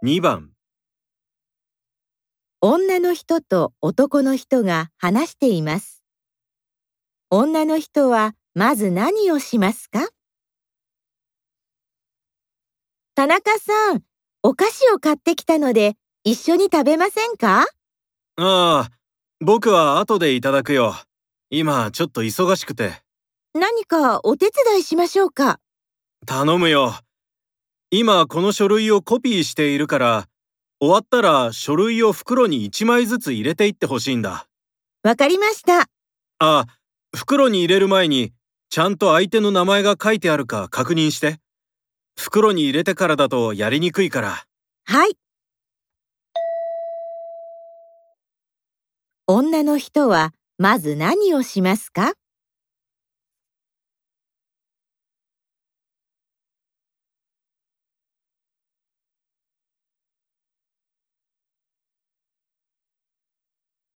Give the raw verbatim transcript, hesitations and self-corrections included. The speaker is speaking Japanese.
にばん。 女の人と男の人が話しています。女の人はまず何をしますか？田中さん、お菓子を買ってきたので一緒に食べませんか？ ああ、僕は後でいただくよ。今ちょっと忙しくて。 何かお手伝いしましょうか？ 頼むよ。今この書類をコピーしているから、終わったら書類を袋にいちまいずつ入れていってほしいんだ。 わかりました。 あ、袋に入れる前にちゃんと相手の名前が書いてあるか確認して。袋に入れてからだとやりにくいから。 はい。女の人はまず何をしますか？